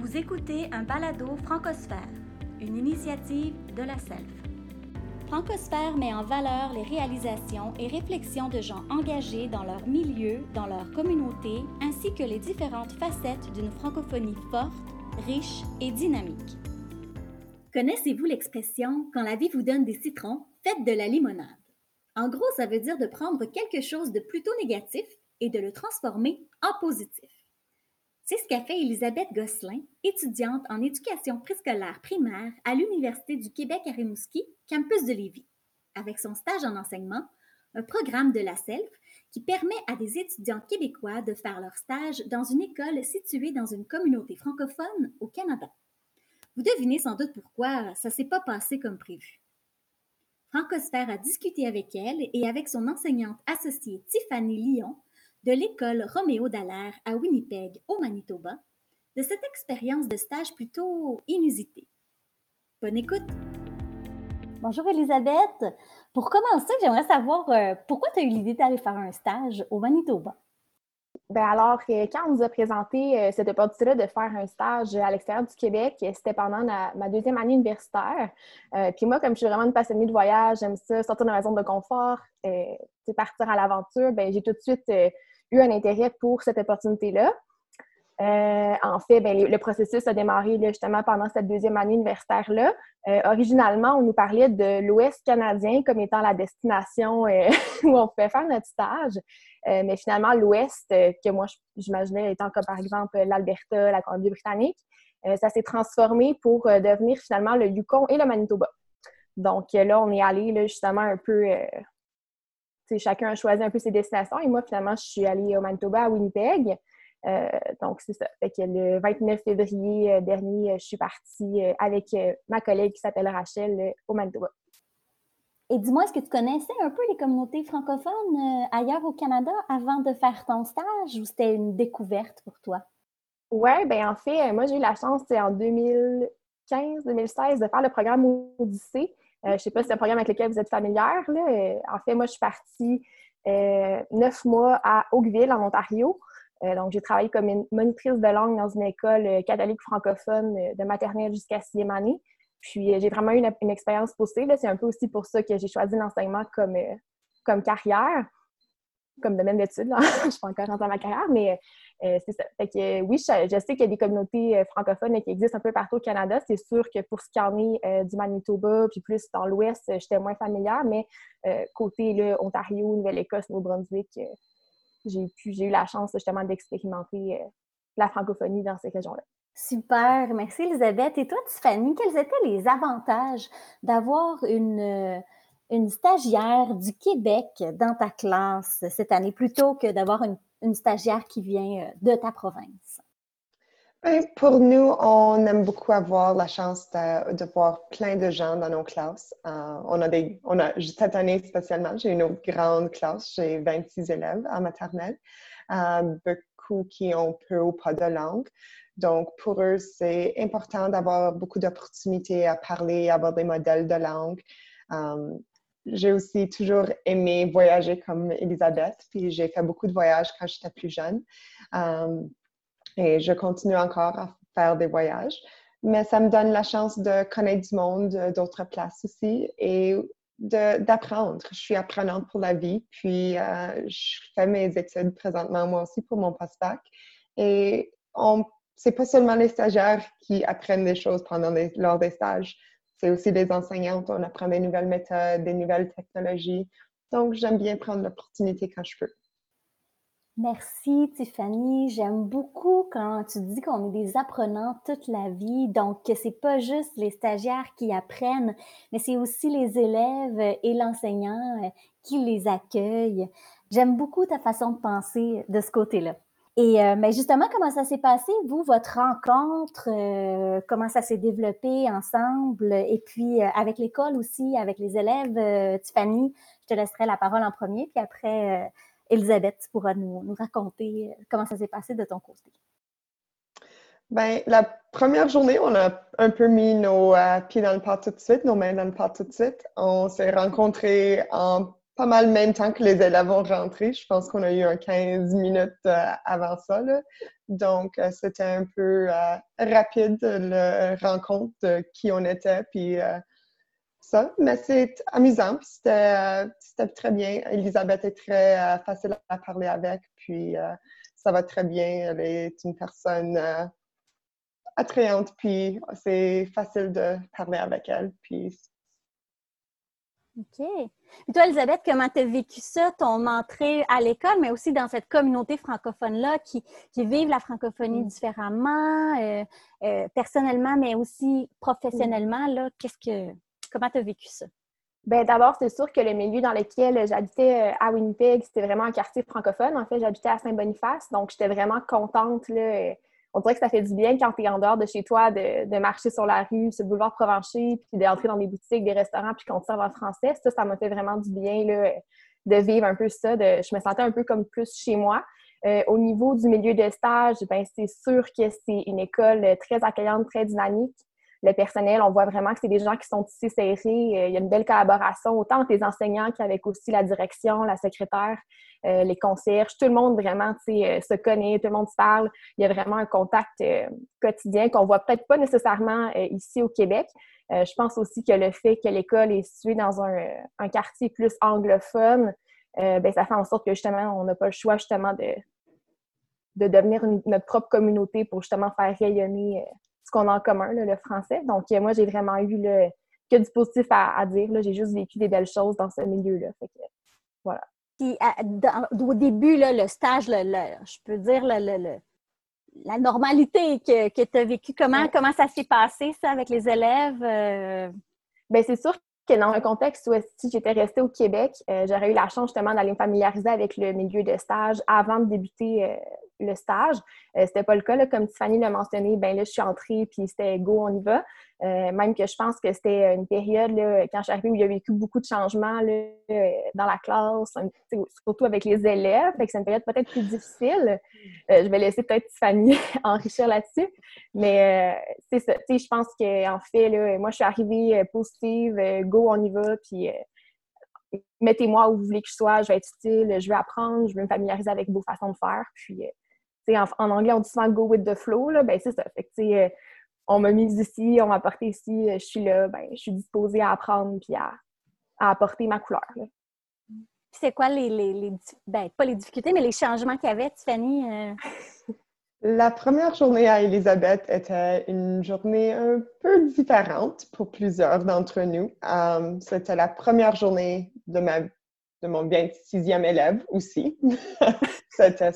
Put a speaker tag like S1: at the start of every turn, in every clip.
S1: Vous écoutez un balado Francosphère, une initiative de la SELF. Francosphère met en valeur les réalisations et réflexions de gens engagés dans leur milieu, dans leur communauté, ainsi que les différentes facettes d'une francophonie forte, riche et dynamique. Connaissez-vous l'expression « quand la vie vous donne des citrons, faites de la limonade ». En gros, ça veut dire de prendre quelque chose de plutôt négatif et de le transformer en positif. C'est ce qu'a fait Elisabeth Gosselin, étudiante en éducation préscolaire primaire à l'Université du Québec à Rimouski, campus de Lévis, avec son stage en enseignement, un programme de la SELF qui permet à des étudiants québécois de faire leur stage dans une école située dans une communauté francophone au Canada. Vous devinez sans doute pourquoi ça ne s'est pas passé comme prévu. Francosphère a discuté avec elle et avec son enseignante associée Tiffany Lyon de l'école Roméo Dallaire à Winnipeg, au Manitoba, de cette expérience de stage plutôt inusitée. Bonne écoute! Bonjour Elisabeth! Pour commencer, j'aimerais savoir pourquoi tu as eu l'idée d'aller faire un stage au Manitoba?
S2: Alors, quand on nous a présenté cette opportunité-là de faire un stage à l'extérieur du Québec, c'était pendant ma deuxième année universitaire. Puis moi, comme je suis vraiment une passionnée de voyage, j'aime ça, sortir de ma zone de confort, partir à l'aventure, j'ai tout de suite eu un intérêt pour cette opportunité-là. En fait, le processus a démarré là, justement pendant cette deuxième année universitaire-là. Originalement, on nous parlait de l'Ouest canadien comme étant la destination où on pouvait faire notre stage. Mais finalement, l'Ouest, que moi, j'imaginais étant comme par exemple l'Alberta, la Colombie-Britannique, ça s'est transformé pour devenir finalement le Yukon et le Manitoba. Donc là, on est allé là, justement un peu... chacun a choisi un peu ses destinations. Et moi, finalement, je suis allée au Manitoba, à Winnipeg. Donc, c'est ça. Fait que le 29 février dernier, je suis partie avec ma collègue qui s'appelle Rachel au Manitoba.
S1: Et dis-moi, est-ce que tu connaissais un peu les communautés francophones ailleurs au Canada avant de faire ton stage ou c'était une découverte pour toi?
S2: Oui, en fait, moi, j'ai eu la chance en 2015-2016 de faire le programme Odyssée. Je ne sais pas si c'est un programme avec lequel vous êtes familière. Là. En fait, moi, je suis partie 9 mois à Oakville, en Ontario. Donc, j'ai travaillé comme une monitrice de langue dans une école catholique francophone de maternelle jusqu'à 6e année. Puis, j'ai vraiment eu une expérience positive. C'est un peu aussi pour ça que j'ai choisi l'enseignement comme carrière, comme domaine d'études. Je ne suis pas encore rentrée dans ma carrière, mais c'est ça. Fait que oui, je sais qu'il y a des communautés francophones qui existent un peu partout au Canada. C'est sûr que pour ce qui en est du Manitoba, puis plus dans l'Ouest, j'étais moins familière, mais côté là, Ontario, Nouvelle-Écosse, Nouveau-Brunswick, j'ai eu la chance justement d'expérimenter la francophonie dans ces régions-là.
S1: Super, merci Elisabeth. Et toi, Tiffany, quels étaient les avantages d'avoir une stagiaire du Québec dans ta classe cette année plutôt que d'avoir une stagiaire qui vient de ta province?
S3: Pour nous, on aime beaucoup avoir la chance de voir plein de gens dans nos classes. Cette année spécialement, j'ai une autre grande classe. J'ai 26 élèves en maternelle, beaucoup qui ont peu ou pas de langue. Donc, pour eux, c'est important d'avoir beaucoup d'opportunités à parler, avoir des modèles de langue. J'ai aussi toujours aimé voyager comme Elisabeth, puis j'ai fait beaucoup de voyages quand j'étais plus jeune. Et je continue encore à faire des voyages. Mais ça me donne la chance de connaître du monde d'autres places aussi et d'apprendre. Je suis apprenante pour la vie, puis je fais mes études présentement moi aussi pour mon post-bac. Et c'est pas seulement les stagiaires qui apprennent des choses lors des stages, c'est aussi les enseignantes. On apprend des nouvelles méthodes, des nouvelles technologies. Donc, j'aime bien prendre l'opportunité quand je peux.
S1: Merci Tiffany, j'aime beaucoup quand tu dis qu'on est des apprenants toute la vie, donc que c'est pas juste les stagiaires qui apprennent, mais c'est aussi les élèves et l'enseignant qui les accueillent. J'aime beaucoup ta façon de penser de ce côté-là. Et mais justement, comment ça s'est passé, vous, votre rencontre, comment ça s'est développé ensemble, et puis avec l'école aussi, avec les élèves. Tiffany, je te laisserai la parole en premier, puis après... Elisabeth, tu pourras nous raconter comment ça s'est passé de ton côté.
S3: La première journée, on a un peu mis nos pieds dans le plat tout de suite, nos mains dans le plat tout de suite. On s'est rencontrés en pas mal le même temps que les élèves ont rentré. Je pense qu'on a eu un 15 minutes avant ça, là. Donc, c'était un peu rapide, la rencontre de qui on était, puis ça. Mais c'est amusant, puis c'était très bien. Elisabeth est très facile à parler avec, puis ça va très bien. Elle est une personne attrayante, puis c'est facile de parler avec elle, puis...
S1: OK. Et toi, Elisabeth, comment tu as vécu ça, ton entrée à l'école, mais aussi dans cette communauté francophone-là qui vivent la francophonie différemment, personnellement, mais aussi professionnellement, là, comment tu as vécu ça?
S2: Bien, d'abord, c'est sûr que le milieu dans lequel j'habitais à Winnipeg, c'était vraiment un quartier francophone. En fait, j'habitais à Saint-Boniface, donc j'étais vraiment contente, là. On dirait que ça fait du bien quand tu es en dehors de chez toi, de marcher sur la rue, sur le boulevard Provencher, puis d'entrer dans des boutiques, des restaurants, puis qu'on te serve en français. Ça m'a fait vraiment du bien, là, de vivre un peu ça. Je me sentais un peu comme plus chez moi. Au niveau du milieu de stage, ben, c'est sûr que c'est une école très accueillante, très dynamique. Le personnel, on voit vraiment que c'est des gens qui sont ici serrés. Il y a une belle collaboration, autant entre les enseignants qu'avec aussi la direction, la secrétaire, les concierges. Tout le monde vraiment se connaît, tout le monde se parle. Il y a vraiment un contact quotidien qu'on voit peut-être pas nécessairement ici au Québec. Je pense aussi que le fait que l'école est située dans un quartier plus anglophone, ben, ça fait en sorte que justement, on n'a pas le choix justement de devenir notre propre communauté pour justement faire rayonner ce qu'on a en commun, là, le français. Donc, moi, j'ai vraiment eu que du positif à dire. Là. J'ai juste vécu des belles choses dans ce milieu-là. Fait que, voilà.
S1: Puis, au début, là, le stage, je peux dire, la normalité que tu as vécue, comment ça s'est passé, ça, avec les élèves?
S2: Bien, c'est sûr que dans un contexte où si j'étais restée au Québec, j'aurais eu la chance justement d'aller me familiariser avec le milieu de stage avant de débuter le stage. C'était pas le cas, là, comme Tiffany l'a mentionné, ben là, je suis entrée, puis c'était go, on y va. Même que je pense que c'était une période, là, quand je suis arrivée, où il y a vécu beaucoup de changements là, dans la classe, surtout avec les élèves. Fait que c'est une période peut-être plus difficile. Je vais laisser peut-être Tiffany enrichir là-dessus. Mais c'est ça. Je pense qu'en fait, là, moi, je suis arrivée positive, go, on y va, puis mettez-moi où vous voulez que je sois, je vais être utile, je vais apprendre, je vais me familiariser avec vos façons de faire. Puis, en anglais, on dit souvent go with the flow, là, ben c'est ça. Fait que, on m'a mise ici, on m'a apporté ici, je suis là, ben, je suis disposée à apprendre puis à apporter ma couleur. Là.
S1: Puis c'est quoi ben, pas les difficultés, mais les changements qu'il y avait, Tiffany?
S3: La première journée à Elisabeth était une journée un peu différente pour plusieurs d'entre nous. C'était la première journée de mon 26e élève aussi. C'était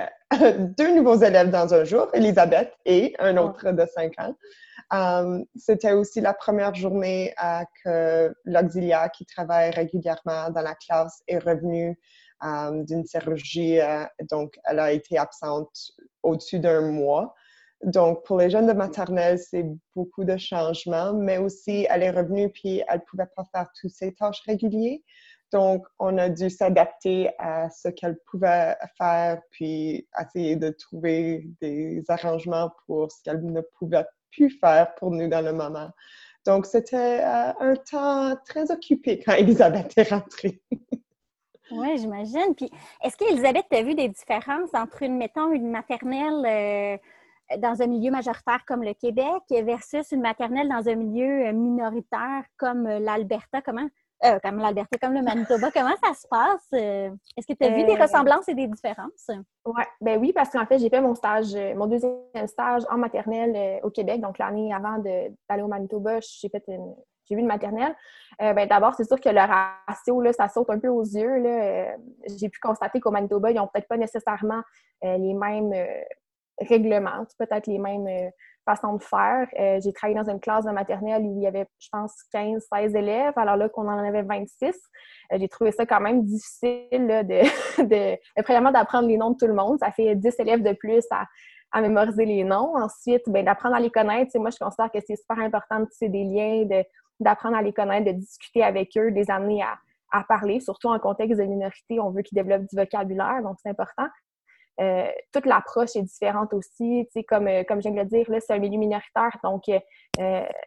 S3: 2 nouveaux élèves dans un jour, Elisabeth et un autre de 5 ans. C'était aussi la première journée que l'auxiliaire qui travaille régulièrement dans la classe est revenue d'une chirurgie. Donc, elle a été absente au-dessus d'un mois. Donc, pour les jeunes de maternelle, c'est beaucoup de changements, mais aussi, elle est revenue puis elle ne pouvait pas faire toutes ses tâches régulières. Donc, on a dû s'adapter à ce qu'elle pouvait faire puis essayer de trouver des arrangements pour ce qu'elle ne pouvait plus faire pour nous dans le moment. Donc, c'était un temps très occupé quand Elisabeth est rentrée.
S1: Oui, j'imagine. Puis, est-ce qu'Elisabeth, tu as vu des différences entre, mettons, une maternelle dans un milieu majoritaire comme le Québec versus une maternelle dans un milieu minoritaire comme l'Alberta? Comme le Manitoba, comment ça se passe? Est-ce que tu as vu des ressemblances et des différences?
S2: Ouais, ben oui, parce qu'en fait, j'ai fait mon deuxième stage en maternelle au Québec. Donc, l'année avant d'aller au Manitoba, j'ai vu une maternelle. Ben, d'abord, c'est sûr que le ratio, là, ça saute un peu aux yeux. Là. J'ai pu constater qu'au Manitoba, ils n'ont peut-être pas nécessairement les mêmes règlements, peut-être les mêmes façons de faire. J'ai travaillé dans une classe de maternelle où il y avait, je pense, 15-16 élèves, alors là qu'on en avait 26. J'ai trouvé ça quand même difficile là, premièrement, d'apprendre les noms de tout le monde. Ça fait 10 élèves de plus à mémoriser les noms. Ensuite, ben, d'apprendre à les connaître. Moi, je considère que c'est super important de tisser des liens, d'apprendre à les connaître, de discuter avec eux, de les amener à parler, surtout en contexte de minorité. On veut qu'ils développent du vocabulaire, donc c'est important. Toute l'approche est différente aussi. Comme je viens de le dire, là, c'est un milieu minoritaire, donc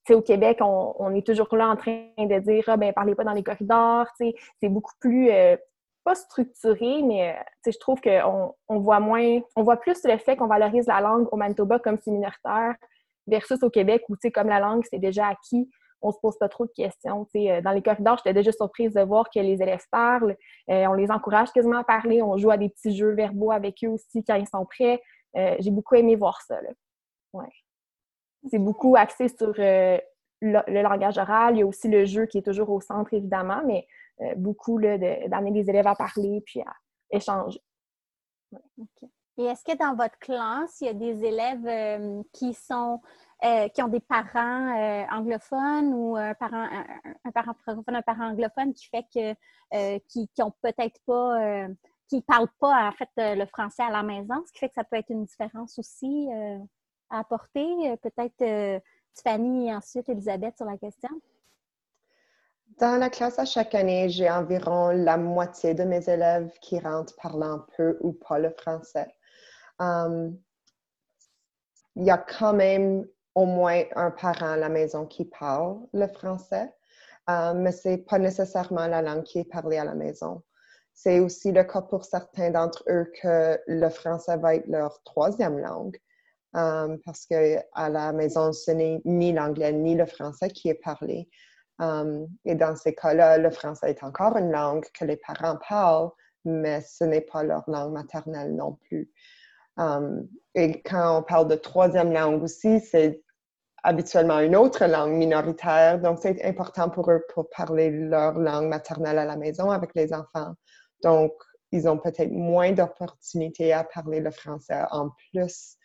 S2: au Québec, on est toujours là en train de dire « Ah, ben parlez pas dans les corridors », c'est beaucoup plus, pas structuré, mais je trouve qu'on voit plus le fait qu'on valorise la langue au Manitoba comme c'est minoritaire versus au Québec où, comme la langue, c'est déjà acquis, on se pose pas trop de questions. Dans les corridors, j'étais déjà surprise de voir que les élèves parlent, on les encourage quasiment à parler, on joue à des petits jeux verbaux avec eux aussi quand ils sont prêts. J'ai beaucoup aimé voir ça, là. Ouais. C'est beaucoup axé sur le langage oral. Il y a aussi le jeu qui est toujours au centre, évidemment, mais beaucoup là, d'amener les élèves à parler puis à échanger.
S1: Ouais. Okay. Et est-ce que dans votre classe, il y a des élèves qui ont des parents anglophones ou un parent francophone, un parent anglophone qui fait que qui ont peut-être pas qui parlent pas en fait le français à la maison, ce qui fait que ça peut être une différence aussi à apporter. Peut-être Tiffany et ensuite Elisabeth sur la question.
S3: Dans la classe à chaque année, j'ai environ la moitié de mes élèves qui rentrent parlant peu ou pas le français. Il y a quand même au moins un parent à la maison qui parle le français, mais ce n'est pas nécessairement la langue qui est parlée à la maison. C'est aussi le cas pour certains d'entre eux que le français va être leur troisième langue, parce qu'à la maison, ce n'est ni l'anglais ni le français qui est parlé. Et dans ces cas-là, le français est encore une langue que les parents parlent, mais ce n'est pas leur langue maternelle non plus. Et quand on parle de troisième langue aussi, c'est habituellement une autre langue minoritaire, donc c'est important pour eux pour parler leur langue maternelle à la maison avec les enfants. Donc, ils ont peut-être moins d'opportunités à parler le français en plus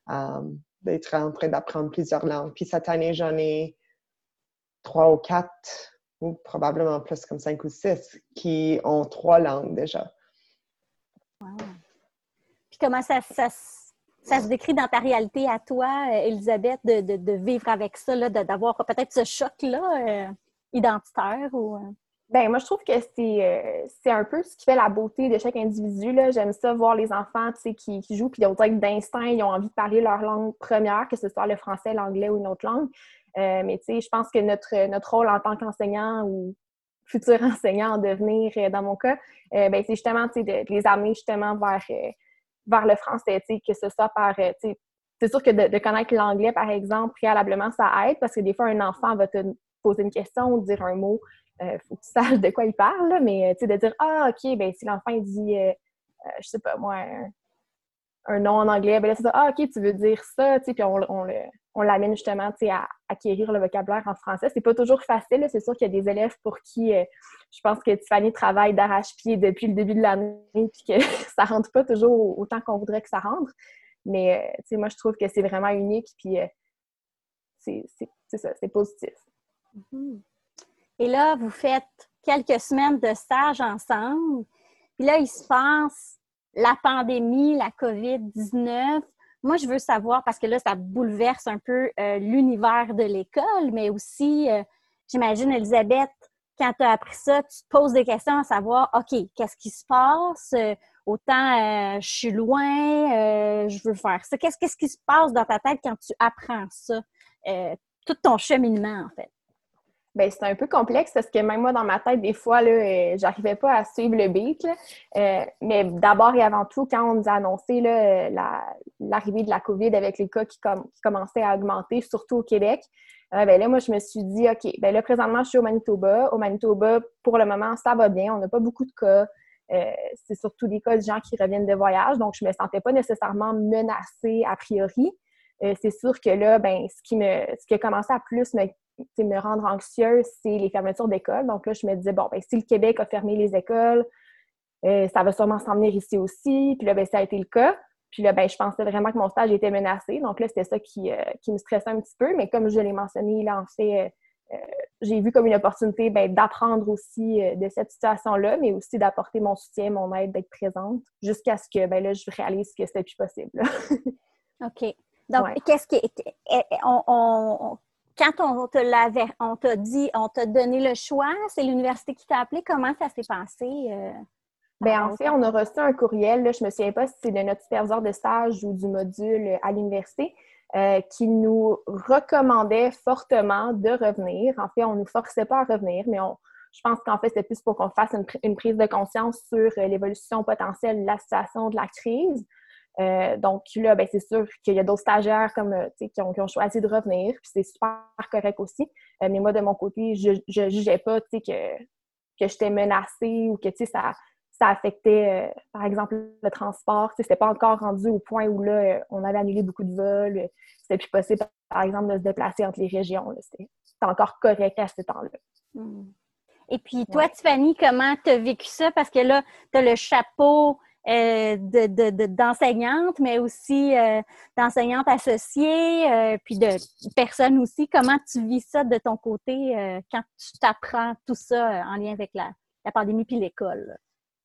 S3: d'être en train d'apprendre plusieurs langues. Puis cette année, j'en ai 3 ou 4, ou probablement plus comme 5 ou 6, qui ont 3 langues déjà.
S1: Wow. Puis comment ça se décrit dans ta réalité à toi, Elisabeth, de vivre avec ça, là, d'avoir peut-être ce choc-là identitaire? Ou...
S2: Bien, moi, je trouve que c'est un peu ce qui fait la beauté de chaque individu, là. J'aime ça, voir les enfants, qui jouent, puis on dirait que d'instinct, ils ont envie de parler leur langue première, que ce soit le français, l'anglais ou une autre langue. Mais je pense que notre rôle en tant qu'enseignant ou futur enseignant en devenir, dans mon cas, c'est justement, de les amener justement vers le français, que ce soit par, c'est sûr que de connaître l'anglais, par exemple, préalablement, ça aide, parce que des fois, un enfant va te poser une question ou dire un mot, faut que tu saches de quoi il parle, là, mais de dire « Ah, OK, ben si l'enfant il dit, je sais pas moi, un nom en anglais, ben là, c'est ça, ah, OK, tu veux dire ça, puis on l'amène justement, à acquérir le vocabulaire en français. C'est pas toujours facile, là. C'est sûr qu'il y a des élèves pour qui, je pense que Tiffany travaille d'arrache-pied depuis le début de l'année, puis que ça rentre pas toujours autant qu'on voudrait que ça rentre. Mais, moi, je trouve que c'est vraiment unique, puis c'est ça, c'est positif.
S1: Mm-hmm. Et là, vous faites quelques semaines de stage ensemble. Puis là, il se passe la pandémie, la COVID-19. Moi, je veux savoir, parce que là, ça bouleverse un peu l'univers de l'école, mais aussi, j'imagine, Elisabeth, quand tu as appris ça, tu te poses des questions à savoir, OK, qu'est-ce qui se passe? Autant, je suis loin, je veux faire ça. Qu'est-ce qui se passe dans ta tête quand tu apprends ça? Tout ton cheminement, en fait.
S2: Bien, c'est un peu complexe parce que même moi, dans ma tête, des fois, là, j'arrivais pas à suivre le beat. Mais d'abord et avant tout, quand on nous a annoncé là, l'arrivée de la COVID avec les cas qui commençaient à augmenter, surtout au Québec, ben là, moi, je me suis dit, OK, ben là, présentement, je suis au Manitoba. Au Manitoba, pour le moment, ça va bien. On n'a pas beaucoup de cas. C'est surtout des cas de gens qui reviennent de voyage. Donc, je me sentais pas nécessairement menacée a priori. C'est sûr que là, ben, ce qui a commencé à plus me rendre anxieuse, c'est les fermetures d'écoles. Donc là, je me disais, bon, ben, si le Québec a fermé les écoles, ça va sûrement s'en venir ici aussi. Puis là, ben, ça a été le cas. Puis là, ben, je pensais vraiment que mon stage était menacé. Donc là, c'était ça qui me stressait un petit peu. Mais comme je l'ai mentionné, là, en fait, j'ai vu comme une opportunité d'apprendre aussi de cette situation-là, mais aussi d'apporter mon soutien, mon aide, d'être présente, jusqu'à ce que là, je réalise que c'était plus possible.
S1: OK. Donc, ouais. Qu'est-ce qui quand on t'a dit, on t'a donné le choix, c'est l'université qui t'a appelé, comment ça s'est passé?
S2: En fait, on a reçu un courriel, là, je ne me souviens pas si c'est de notre superviseur de stage ou du module à l'université, qui nous recommandait fortement de revenir. En fait, on ne nous forçait pas à revenir, mais je pense qu'en fait, c'était plus pour qu'on fasse une prise de conscience sur l'évolution potentielle de la situation de la crise. Donc là, ben, c'est sûr qu'il y a d'autres stagiaires qui ont choisi de revenir, puis c'est super correct aussi. Mais moi, de mon côté, je ne jugeais pas que j'étais menacée ou que ça affectait, par exemple, le transport. C'était pas encore rendu au point où là, on avait annulé beaucoup de vols. C'était plus possible, par exemple, de se déplacer entre les régions. C'était encore correct à ce temps-là.
S1: Mm. Et puis, toi, Tiffany, comment tu as vécu ça? Parce que là, tu as le chapeau d'enseignante, mais aussi d'enseignante associée, puis de personne aussi. Comment tu vis ça de ton côté quand tu t'apprends tout ça en lien avec la pandémie puis l'école?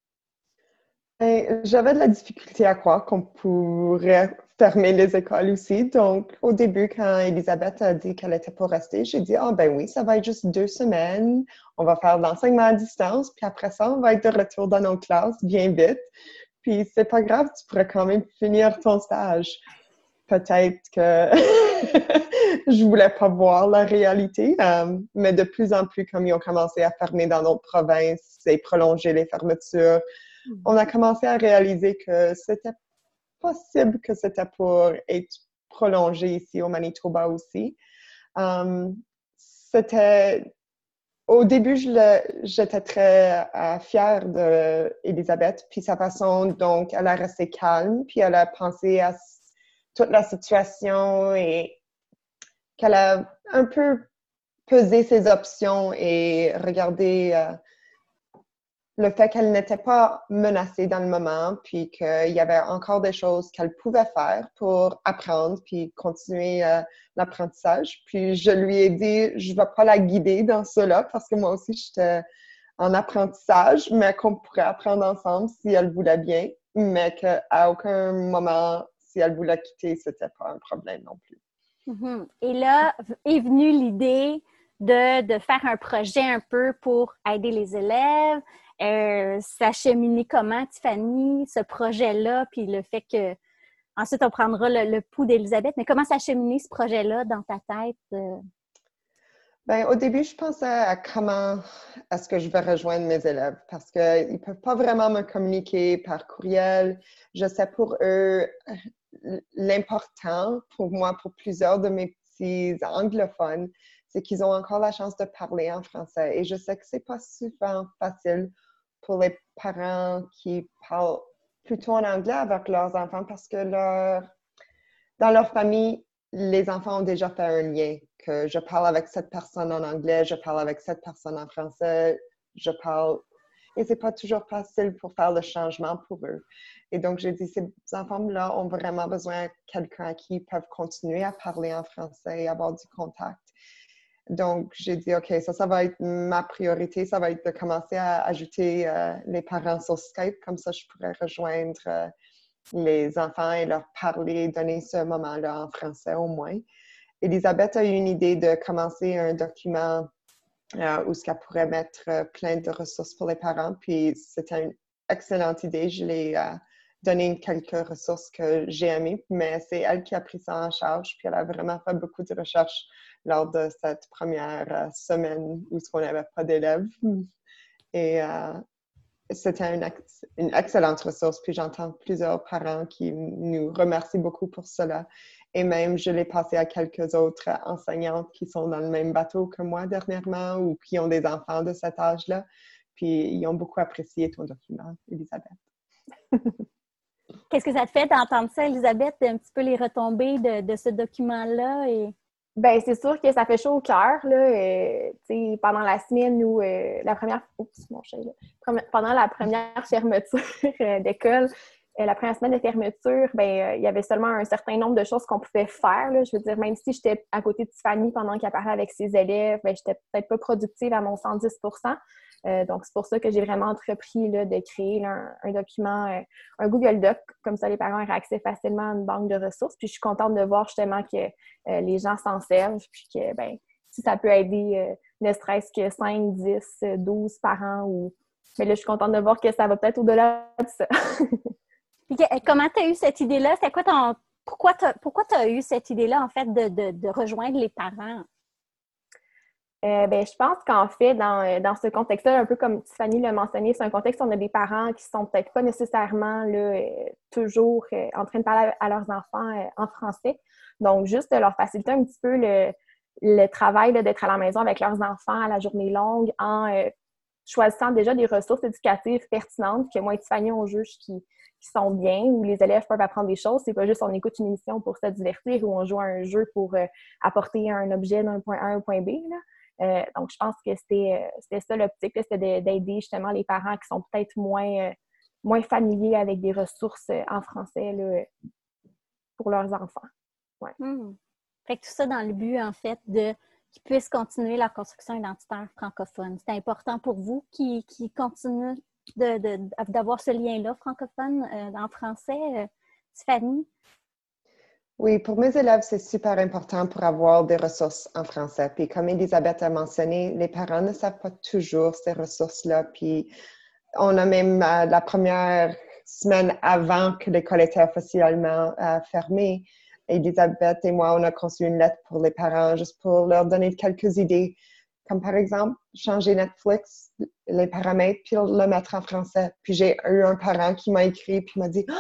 S3: J'avais de la difficulté à croire qu'on pourrait fermer les écoles aussi. Donc, au début, quand Elisabeth a dit qu'elle était pour rester, j'ai dit, ah ben oui, ça va être juste 2 semaines. On va faire de l'enseignement à distance, puis après ça, on va être de retour dans nos classes bien vite. Puis, c'est pas grave, tu pourrais quand même finir ton stage. Peut-être que je voulais pas voir la réalité, mais de plus en plus, comme ils ont commencé à fermer dans d'autres provinces et prolonger les fermetures, on a commencé à réaliser que c'était possible que c'était pour être prolongé ici au Manitoba aussi. Au début, j'étais très fière d'Elisabeth, puis sa façon, donc, elle a resté calme, puis elle a pensé à toute la situation et qu'elle a un peu pesé ses options et regardé le fait qu'elle n'était pas menacée dans le moment, puis qu'il y avait encore des choses qu'elle pouvait faire pour apprendre, puis continuer l'apprentissage. Puis je lui ai dit, je ne vais pas la guider dans cela, parce que moi aussi, j'étais en apprentissage, mais qu'on pourrait apprendre ensemble si elle voulait bien, mais qu'à aucun moment, si elle voulait quitter, c'était pas un problème non plus.
S1: Mm-hmm. Et là est venue l'idée de faire un projet un peu pour aider les élèves. S'acheminer comment, Tiffany, ce projet-là, puis le fait que ensuite on prendra le pouls d'Elisabeth, mais comment s'acheminer ce projet-là dans ta tête?
S3: Ben, au début, je pensais à comment est-ce que je vais rejoindre mes élèves parce qu'ils ne peuvent pas vraiment me communiquer par courriel. Je sais pour eux, l'important pour moi, pour plusieurs de mes petits anglophones, c'est qu'ils ont encore la chance de parler en français. Et je sais que c'est pas souvent facile pour les parents qui parlent plutôt en anglais avec leurs enfants parce que dans leur famille, les enfants ont déjà fait un lien, que je parle avec cette personne en anglais, je parle avec cette personne en français, je parle... Et c'est pas toujours facile pour faire le changement pour eux. Et donc, j'ai dit, ces enfants-là ont vraiment besoin de quelqu'un à qui ils peuvent continuer à parler en français et avoir du contact. Donc, j'ai dit, OK, ça va être ma priorité. Ça va être de commencer à ajouter les parents sur Skype. Comme ça, je pourrais rejoindre les enfants et leur parler, donner ce moment-là en français au moins. Elisabeth a eu une idée de commencer un document où ce qu'elle pourrait mettre plein de ressources pour les parents. Puis, c'était une excellente idée. Je l'ai donné quelques ressources que j'ai aimées, mais c'est elle qui a pris ça en charge. Puis, elle a vraiment fait beaucoup de recherches lors de cette première semaine où on n'avait pas d'élèves. Et c'était une excellente ressource. Puis j'entends plusieurs parents qui nous remercient beaucoup pour cela. Et même, je l'ai passé à quelques autres enseignantes qui sont dans le même bateau que moi dernièrement ou qui ont des enfants de cet âge-là. Puis ils ont beaucoup apprécié ton document, Elisabeth.
S1: Qu'est-ce que ça te fait d'entendre ça, Elisabeth, un petit peu les retombées de ce document-là?
S2: Ben, c'est sûr que ça fait chaud au cœur, là. Pendant la semaine où la première... Oups, mon chat, là. Pendant la première fermeture d'école, la première semaine de fermeture, ben, il y avait seulement un certain nombre de choses qu'on pouvait faire, là. Je veux dire, même si j'étais à côté de Tiffany pendant qu'elle parlait avec ses élèves, ben, j'étais peut-être pas productive à mon 110%. Donc, c'est pour ça que j'ai vraiment entrepris là, de créer là, un document, un Google Doc. Comme ça, les parents auraient accès facilement à une banque de ressources. Puis, je suis contente de voir justement que les gens s'en servent. Puis que, ben, si ça peut aider ne serait-ce que 5, 10, 12 parents. Mais là, je suis contente de voir que ça va peut-être au-delà de ça.
S1: Puis, comment tu as eu cette idée-là? C'était quoi pourquoi tu as eu cette idée-là, en fait, de rejoindre les parents?
S2: Je pense qu'en fait, dans ce contexte-là, un peu comme Tiffany l'a mentionné, c'est un contexte où on a des parents qui sont peut-être pas nécessairement là, toujours en train de parler à leurs enfants en français. Donc, juste de leur faciliter un petit peu le travail là, d'être à la maison avec leurs enfants à la journée longue en choisissant déjà des ressources éducatives pertinentes que moi et Tiffany, on juge qui sont bien, où les élèves peuvent apprendre des choses. C'est pas juste on écoute une émission pour se divertir ou on joue à un jeu pour apporter un objet d'un point A à un point B, là. Donc, je pense que c'était ça l'optique, là, c'était d'aider justement les parents qui sont peut-être moins familiers avec des ressources en français là, pour leurs enfants. Ouais.
S1: Fait que tout ça dans le but, en fait, qu'ils puissent continuer la construction identitaire francophone. C'est important pour vous qu'ils continuent d'avoir ce lien-là francophone en français, Tiffany?
S3: Oui, pour mes élèves, c'est super important pour avoir des ressources en français. Puis comme Elisabeth a mentionné, les parents ne savent pas toujours ces ressources-là. Puis on a même la première semaine avant que l'école était officiellement fermée, Elisabeth et moi, on a conçu une lettre pour les parents juste pour leur donner quelques idées. Comme par exemple, changer Netflix, les paramètres, puis le mettre en français. Puis j'ai eu un parent qui m'a écrit puis m'a dit «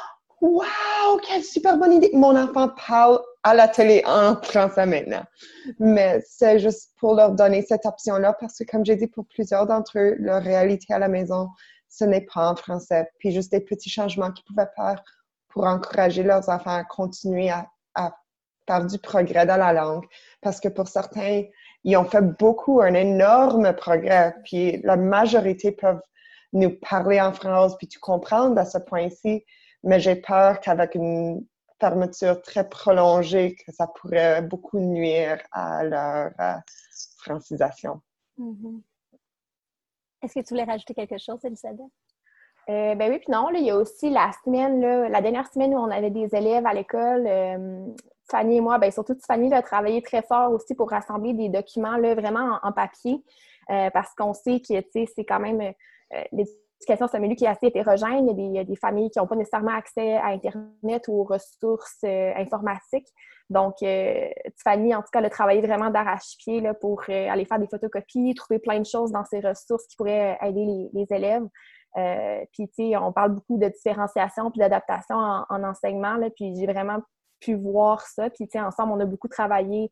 S3: Wow, quelle super bonne idée! Mon enfant parle à la télé en français maintenant. » Mais c'est juste pour leur donner cette option-là parce que, comme j'ai dit, pour plusieurs d'entre eux, leur réalité à la maison, ce n'est pas en français. Puis juste des petits changements qu'ils pouvaient faire pour encourager leurs enfants à continuer à faire du progrès dans la langue. Parce que pour certains, ils ont fait un énorme progrès. Puis la majorité peuvent nous parler en France puis tout comprendre à ce point-ci. Mais j'ai peur qu'avec une fermeture très prolongée, que ça pourrait beaucoup nuire à leur francisation.
S1: Mm-hmm. Est-ce que tu voulais rajouter quelque chose, Elisabeth?
S2: Oui, puis non, là, il y a aussi la semaine, là, la dernière semaine où on avait des élèves à l'école. Fanny et moi, surtout Fanny a travaillé très fort aussi pour rassembler des documents là, vraiment en papier parce qu'on sait que c'est quand même l'éducation, c'est un milieu qui est assez hétérogène. Il y a des familles qui n'ont pas nécessairement accès à Internet ou aux ressources informatiques. Donc, Fanny, en tout cas, elle a travaillé vraiment d'arrache-pied là, pour aller faire des photocopies, trouver plein de choses dans ces ressources qui pourraient aider les élèves. Puis, tu sais, on parle beaucoup de différenciation puis d'adaptation en enseignement, là, puis j'ai vraiment pu voir ça. Puis, tu sais, ensemble, on a beaucoup travaillé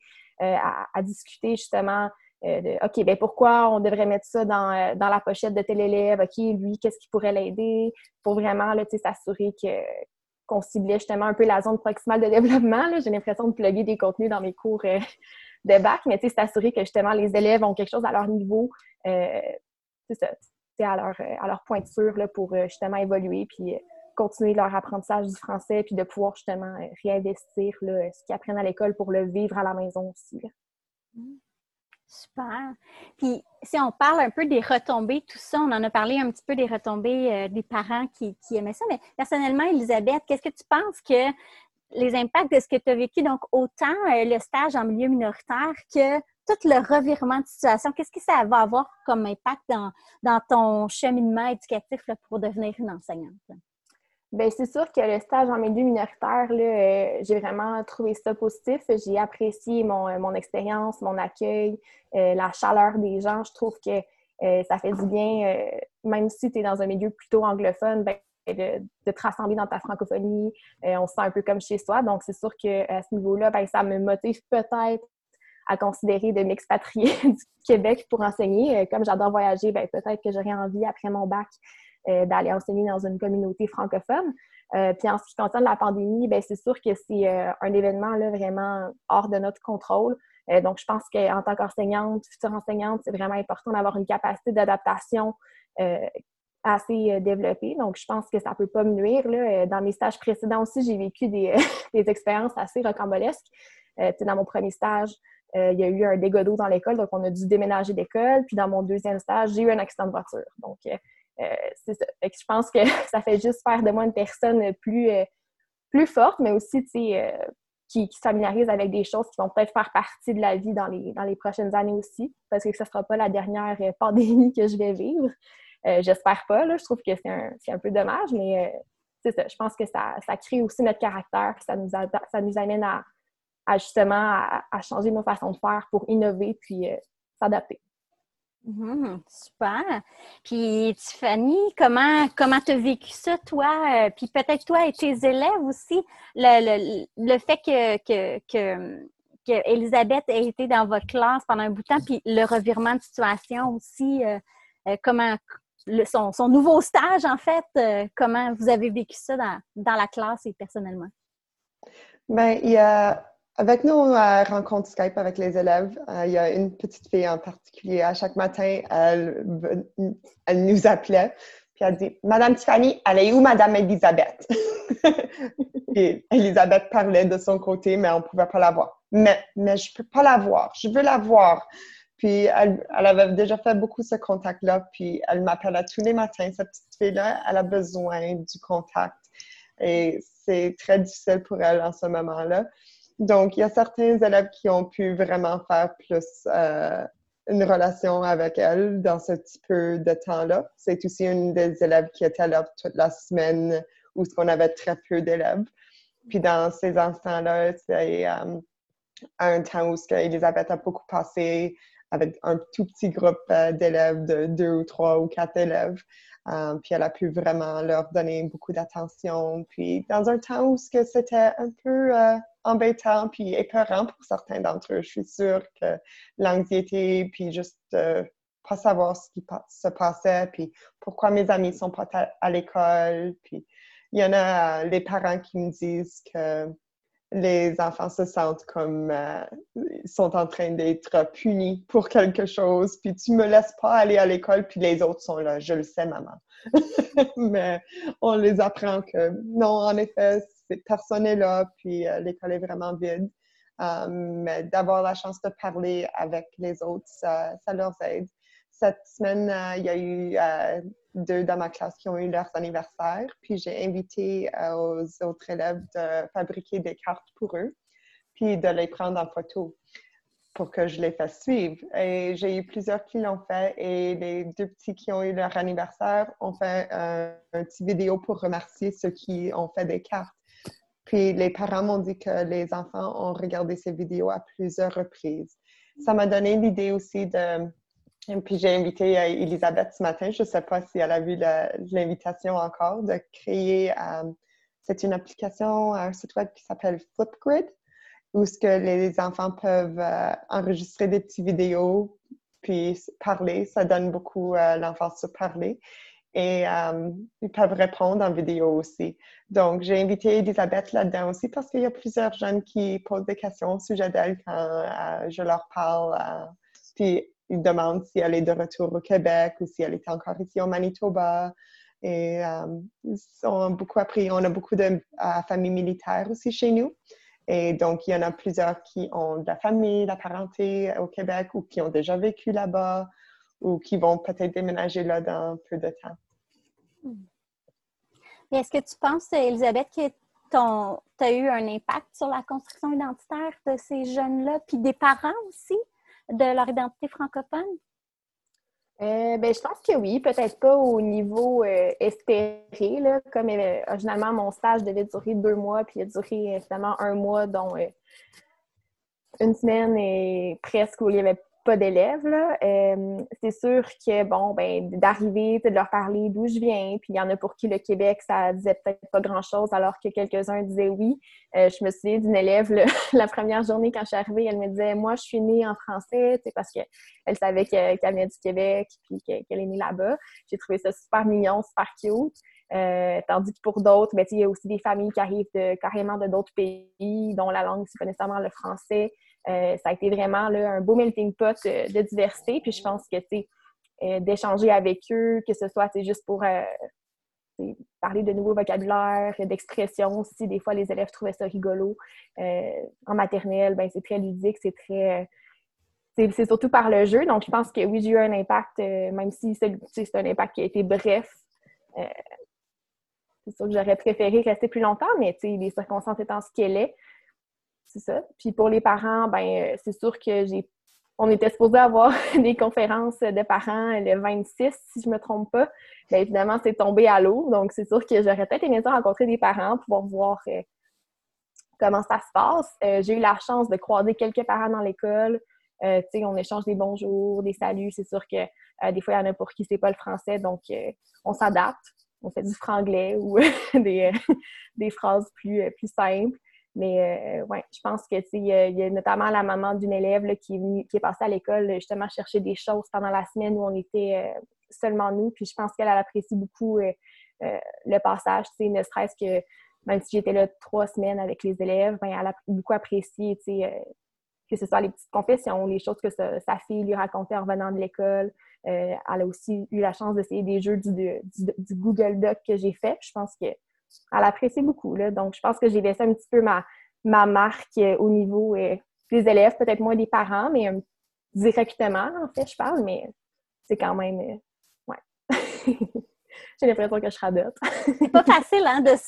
S2: à discuter justement OK, pourquoi on devrait mettre ça dans la pochette de tel élève? OK, lui, qu'est-ce qui pourrait l'aider? Pour vraiment, là, tu sais, s'assurer qu'on ciblait justement un peu la zone proximale de développement. Là. J'ai l'impression de plugger des contenus dans mes cours de bac, mais tu sais, s'assurer que justement les élèves ont quelque chose à leur niveau. C'est ça. À leur pointure là, pour justement évoluer puis continuer leur apprentissage du français puis de pouvoir justement réinvestir là, ce qu'ils apprennent à l'école pour le vivre à la maison aussi. Là.
S1: Super. Puis, si on parle un peu des retombées, tout ça, on en a parlé un petit peu des retombées des parents qui aimaient ça, mais personnellement, Elisabeth, qu'est-ce que tu penses que les impacts de ce que tu as vécu, donc autant le stage en milieu minoritaire que tout le revirement de situation, qu'est-ce que ça va avoir comme impact dans ton cheminement éducatif là, pour devenir une enseignante?
S2: Bien, c'est sûr que le stage en milieu minoritaire, là, j'ai vraiment trouvé ça positif. J'ai apprécié mon expérience, mon accueil, la chaleur des gens. Je trouve que ça fait du bien, même si tu es dans un milieu plutôt anglophone, de te rassembler dans ta francophonie. On se sent un peu comme chez soi. Donc, c'est sûr qu'à ce niveau-là, ça me motive peut-être à considérer de m'expatrier du Québec pour enseigner. Comme j'adore voyager, peut-être que j'aurais envie, après mon bac, d'aller enseigner dans une communauté francophone. Puis en ce qui concerne la pandémie, c'est sûr que c'est un événement là, vraiment hors de notre contrôle. Donc, je pense qu'en tant qu'enseignante, future enseignante, c'est vraiment important d'avoir une capacité d'adaptation assez développée. Donc, je pense que ça ne peut pas me nuire. Là. Dans mes stages précédents aussi, j'ai vécu des expériences assez rocambolesques. Dans mon premier stage, il y a eu un dégât d'eau dans l'école, donc on a dû déménager d'école. Puis dans mon deuxième stage, j'ai eu un accident de voiture. Donc, c'est ça. Fait que je pense que ça fait juste faire de moi une personne plus forte, mais aussi, tu sais, qui se familiarise avec des choses qui vont peut-être faire partie de la vie dans les prochaines années aussi, parce que ce ne sera pas la dernière pandémie que je vais vivre. J'espère pas, là. Je trouve que c'est un peu dommage, mais c'est ça, je pense que ça crée aussi notre caractère, puis ça nous amène à justement à changer nos façons de faire pour innover puis s'adapter.
S1: Super. Puis Tiffany, comment tu as vécu ça, toi? Puis peut-être toi et tes élèves aussi, le fait que Elisabeth ait été dans votre classe pendant un bout de temps, puis le revirement de situation aussi, comment son nouveau stage, en fait, comment vous avez vécu ça dans la classe et personnellement?
S3: Bien, avec nos rencontres Skype avec les élèves, il y a une petite fille en particulier. À chaque matin, elle nous appelait, puis elle dit « Madame Tiffany, elle est où Madame Elisabeth? » Et Elisabeth parlait de son côté, mais on ne pouvait pas la voir. Mais je ne peux pas la voir, je veux la voir. Puis elle avait déjà fait beaucoup ce contact-là, puis elle m'appelle tous les matins. Cette petite fille-là, elle a besoin du contact. Et c'est très difficile pour elle en ce moment-là. Donc, il y a certains élèves qui ont pu vraiment faire plus une relation avec elle dans ce petit peu de temps-là. C'est aussi une des élèves qui était là toute la semaine où on avait très peu d'élèves. Puis dans ces instants-là, c'est un temps où Elisabeth a beaucoup passé avec un tout petit groupe d'élèves de 2 ou 3 ou 4 élèves. Puis elle a pu vraiment leur donner beaucoup d'attention. Puis dans un temps où c'était un peu embêtant puis épeurant pour certains d'entre eux, je suis sûre que l'anxiété, puis juste pas savoir ce qui se passait, puis pourquoi mes amis sont pas à l'école. Puis il y en a les parents qui me disent que les enfants se sentent comme sont en train d'être punis pour quelque chose, puis tu me laisses pas aller à l'école, puis les autres sont là. Je le sais, maman. Mais on les apprend que non, en effet, personne n'est là, puis l'école est vraiment vide. Mais d'avoir la chance de parler avec les autres, ça leur aide. Cette semaine, il y a eu 2 dans ma classe qui ont eu leurs anniversaires, puis j'ai invité aux autres élèves de fabriquer des cartes pour eux, puis de les prendre en photo pour que je les fasse suivre. Et j'ai eu plusieurs qui l'ont fait, et les 2 petits qui ont eu leur anniversaire ont fait un petit vidéo pour remercier ceux qui ont fait des cartes. Puis les parents m'ont dit que les enfants ont regardé ces vidéos à plusieurs reprises. Ça m'a donné l'idée aussi de... Et puis j'ai invité Elisabeth ce matin, je ne sais pas si elle a vu l'invitation encore, de créer, c'est une application, un site web qui s'appelle Flipgrid, où ce que les enfants peuvent enregistrer des petites vidéos, puis parler. Ça donne beaucoup l'enfance sur parler. Et ils peuvent répondre en vidéo aussi. Donc, j'ai invité Elisabeth là-dedans aussi parce qu'il y a plusieurs jeunes qui posent des questions au sujet d'elle quand je leur parle. Puis, ils demandent si elle est de retour au Québec ou si elle est encore ici au Manitoba. Et ils ont beaucoup appris. On a beaucoup de familles militaires aussi chez nous. Et donc, il y en a plusieurs qui ont de la famille, de la parenté au Québec ou qui ont déjà vécu là-bas ou qui vont peut-être déménager là dans peu de temps.
S1: Et est-ce que tu penses, Elisabeth, que tu as eu un impact sur la construction identitaire de ces jeunes-là, puis des parents aussi, de leur identité francophone?
S2: Je pense que oui, peut-être pas au niveau espéré, là, comme originalement mon stage devait durer 2 mois, puis il a duré finalement 1 mois, dont une semaine et presque où il n'y avait pas d'élèves, là. C'est sûr que, bon, d'arriver, de leur parler d'où je viens, puis il y en a pour qui le Québec, ça disait peut-être pas grand-chose, alors que quelques-uns disaient oui. Je me souviens d'une élève, la première journée quand je suis arrivée, elle me disait « Moi, je suis née en français », parce qu'elle savait qu'elle venait du Québec, puis qu'elle est née là-bas. J'ai trouvé ça super mignon, super cute. Tandis que pour d'autres, il y a aussi des familles qui arrivent carrément de d'autres pays, dont la langue, c'est pas nécessairement le français. Ça a été vraiment là, un beau melting pot de diversité. Puis je pense que d'échanger avec eux, que ce soit juste pour parler de nouveaux vocabulaires, d'expressions aussi. Des fois, les élèves trouvaient ça rigolo. En maternelle, c'est très ludique, c'est surtout par le jeu. Donc, je pense que oui, j'ai eu un impact, même si c'est un impact qui a été bref. C'est sûr que j'aurais préféré rester plus longtemps, mais les circonstances étant ce qu'elles est, c'est ça. Puis pour les parents, c'est sûr que j'ai on était supposé avoir des conférences de parents le 26, si je ne me trompe pas. Bien, évidemment, c'est tombé à l'eau. Donc, c'est sûr que j'aurais peut-être aimé ça rencontrer des parents, pouvoir voir comment ça se passe. J'ai eu la chance de croiser quelques parents dans l'école. On échange des bonjours, des saluts. C'est sûr que des fois, il y en a pour qui c'est pas le français, donc on s'adapte. On fait du franglais ou des phrases plus simples. Mais ouais, je pense que il y a notamment la maman d'une élève là, qui est passée à l'école justement chercher des choses pendant la semaine où on était seulement nous. Puis je pense qu'elle apprécie beaucoup le passage, ne serait-ce que même si j'étais là 3 semaines avec les élèves, ben, elle a beaucoup apprécié, que ce soit les petites confessions, les choses que sa fille lui racontait en revenant de l'école. Elle a aussi eu la chance d'essayer des jeux du Google Doc que j'ai fait. Je pense qu'elle apprécie beaucoup. Là. Donc, je pense que j'ai laissé un petit peu ma marque au niveau des élèves, peut-être moins des parents, mais directement, en fait, je parle, mais c'est quand même... ouais. J'ai l'impression que je radote.
S1: C'est pas facile hein, de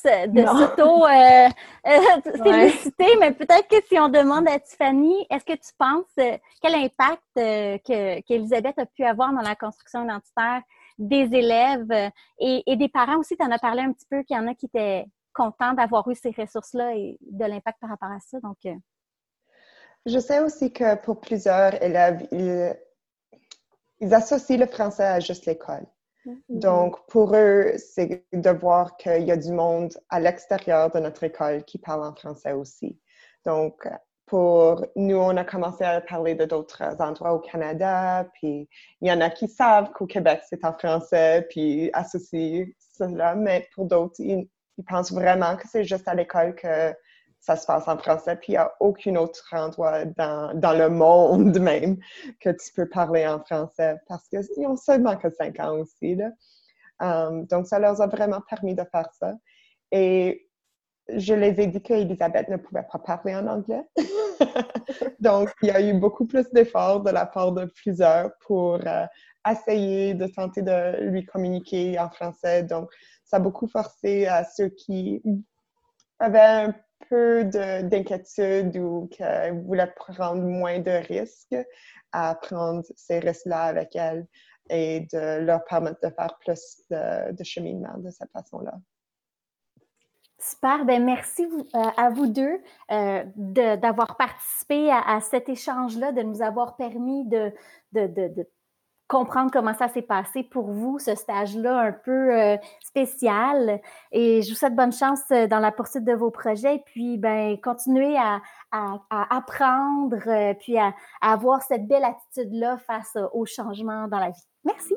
S1: s'auto-féliciter, mais peut-être que si on demande à Tiffany, est-ce que tu penses quel impact qu'Élisabeth a pu avoir dans la construction identitaire des élèves et des parents aussi? Tu en as parlé un petit peu qu'il y en a qui étaient contents d'avoir eu ces ressources-là et de l'impact par rapport à ça. Donc,
S3: je sais aussi que pour plusieurs élèves, ils associent le français à juste l'école. Donc, pour eux, c'est de voir qu'il y a du monde à l'extérieur de notre école qui parle en français aussi. Donc, pour nous, on a commencé à parler de d'autres endroits au Canada, puis il y en a qui savent qu'au Québec, c'est en français, puis associent cela, mais pour d'autres, ils pensent vraiment que c'est juste à l'école que ça se passe en français, puis il n'y a aucun autre endroit dans le monde même que tu peux parler en français parce qu'ils ont seulement que 5 ans aussi. Là. Donc, ça leur a vraiment permis de faire ça. Et je les ai dit qu'Élisabeth ne pouvait pas parler en anglais. Donc, il y a eu beaucoup plus d'efforts de la part de plusieurs pour essayer de tenter de lui communiquer en français. Donc, ça a beaucoup forcé à ceux qui avaient un peu d'inquiétude ou qui voulaient prendre moins de risques à prendre ces risques-là avec elle et de leur permettre de faire plus de cheminement de cette façon-là.
S1: Super, bien merci à vous deux d'avoir participé à cet échange-là, de nous avoir permis de comprendre comment ça s'est passé pour vous, ce stage-là un peu spécial. Et je vous souhaite bonne chance dans la poursuite de vos projets. Et puis, ben, continuez à apprendre, puis à avoir cette belle attitude-là face aux changements dans la vie. Merci.